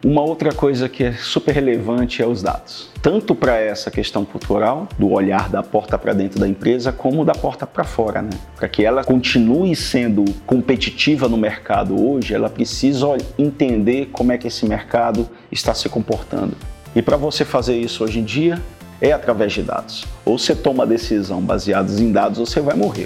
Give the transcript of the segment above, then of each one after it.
Uma outra coisa que é super relevante é os dados. Tanto para essa questão cultural, do olhar da porta para dentro da empresa, como da porta para fora, né? Para que ela continue sendo competitiva no mercado hoje, ela precisa entender como é que esse mercado está se comportando. E para você fazer isso hoje em dia, é através de dados. Ou você toma a decisão baseada em dados, ou você vai morrer.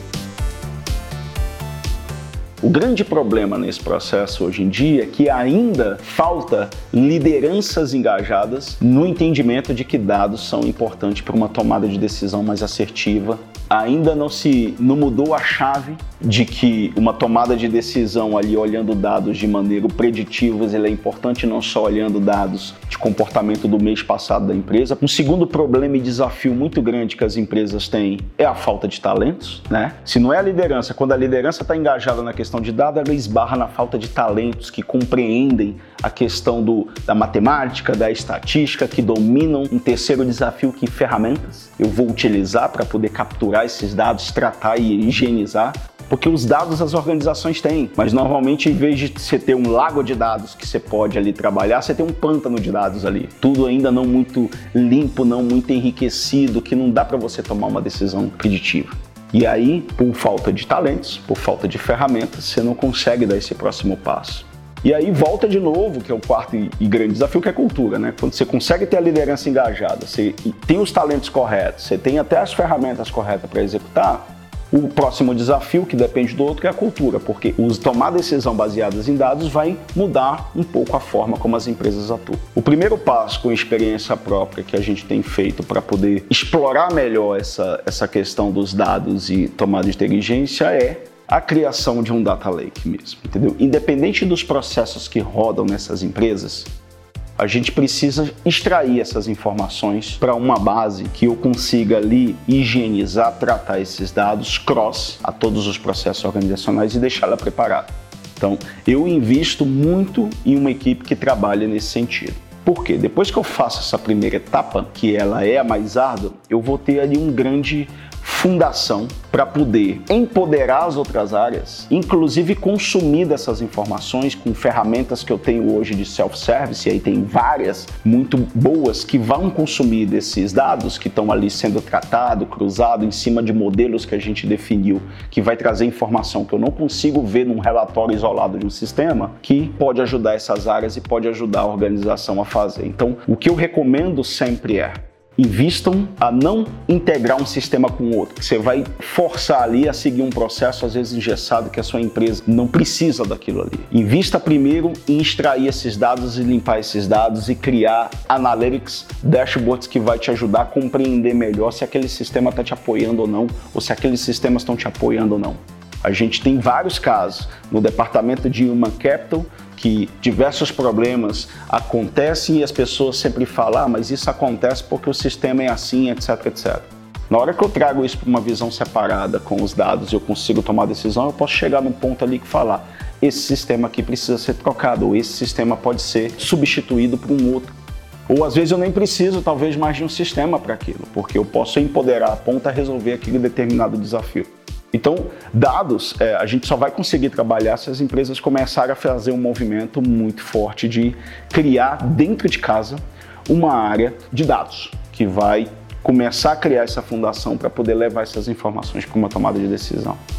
O grande problema nesse processo hoje em dia é que ainda falta lideranças engajadas no entendimento de que dados são importantes para uma tomada de decisão mais assertiva. Ainda não mudou a chave de que uma tomada de decisão ali olhando dados de maneira preditiva, ele é importante não só olhando dados de comportamento do mês passado da empresa. Um segundo problema e desafio muito grande que as empresas têm é a falta de talentos, né? Se não é a liderança, quando a liderança está engajada na questão de dados, ela esbarra na falta de talentos que compreendem a questão da matemática, da estatística, que dominam. Um terceiro desafio, que ferramentas eu vou utilizar para poder capturar esses dados, tratar e higienizar. Porque os dados as organizações têm, mas normalmente em vez de você ter um lago de dados que você pode ali trabalhar, você tem um pântano de dados ali. Tudo ainda não muito limpo, não muito enriquecido, que não dá para você tomar uma decisão preditiva. E aí, por falta de talentos, por falta de ferramentas, você não consegue dar esse próximo passo. E aí volta de novo, que é o quarto e grande desafio, que é a cultura, né? Quando você consegue ter a liderança engajada, você tem os talentos corretos, você tem até as ferramentas corretas para executar, o próximo desafio, que depende do outro, é a cultura, porque tomar decisão baseadas em dados vai mudar um pouco a forma como as empresas atuam. O primeiro passo, com experiência própria, que a gente tem feito para poder explorar melhor essa questão dos dados e tomada de inteligência é a criação de um data lake mesmo, entendeu? Independente dos processos que rodam nessas empresas, a gente precisa extrair essas informações para uma base que eu consiga ali higienizar, tratar esses dados cross a todos os processos organizacionais e deixá-la preparada. Então, eu invisto muito em uma equipe que trabalha nesse sentido. Por quê? Depois que eu faço essa primeira etapa, que ela é a mais árdua, eu vou ter ali um grande fundação para poder empoderar as outras áreas, inclusive consumir dessas informações com ferramentas que eu tenho hoje de self-service, e aí tem várias muito boas que vão consumir desses dados que estão ali sendo tratados, cruzados em cima de modelos que a gente definiu, que vai trazer informação que eu não consigo ver num relatório isolado de um sistema, que pode ajudar essas áreas e pode ajudar a organização a fazer. Então, o que eu recomendo sempre é: invistam a não integrar um sistema com o outro, que você vai forçar ali a seguir um processo às vezes engessado que a sua empresa não precisa daquilo ali. Invista primeiro em extrair esses dados e limpar esses dados e criar analytics, dashboards que vai te ajudar a compreender melhor se aquele sistema está te apoiando ou não, ou se aqueles sistemas estão te apoiando ou não. A gente tem vários casos no departamento de Human Capital que diversos problemas acontecem e as pessoas sempre falam: mas isso acontece porque o sistema é assim, etc, etc. Na hora que eu trago isso para uma visão separada com os dados e eu consigo tomar decisão, eu posso chegar num ponto ali que falar: esse sistema aqui precisa ser trocado, ou esse sistema pode ser substituído por um outro. Ou às vezes eu nem preciso talvez mais de um sistema para aquilo, porque eu posso empoderar a ponta a resolver aquele determinado desafio. Então, dados, a gente só vai conseguir trabalhar se as empresas começarem a fazer um movimento muito forte de criar dentro de casa uma área de dados, que vai começar a criar essa fundação para poder levar essas informações para uma tomada de decisão.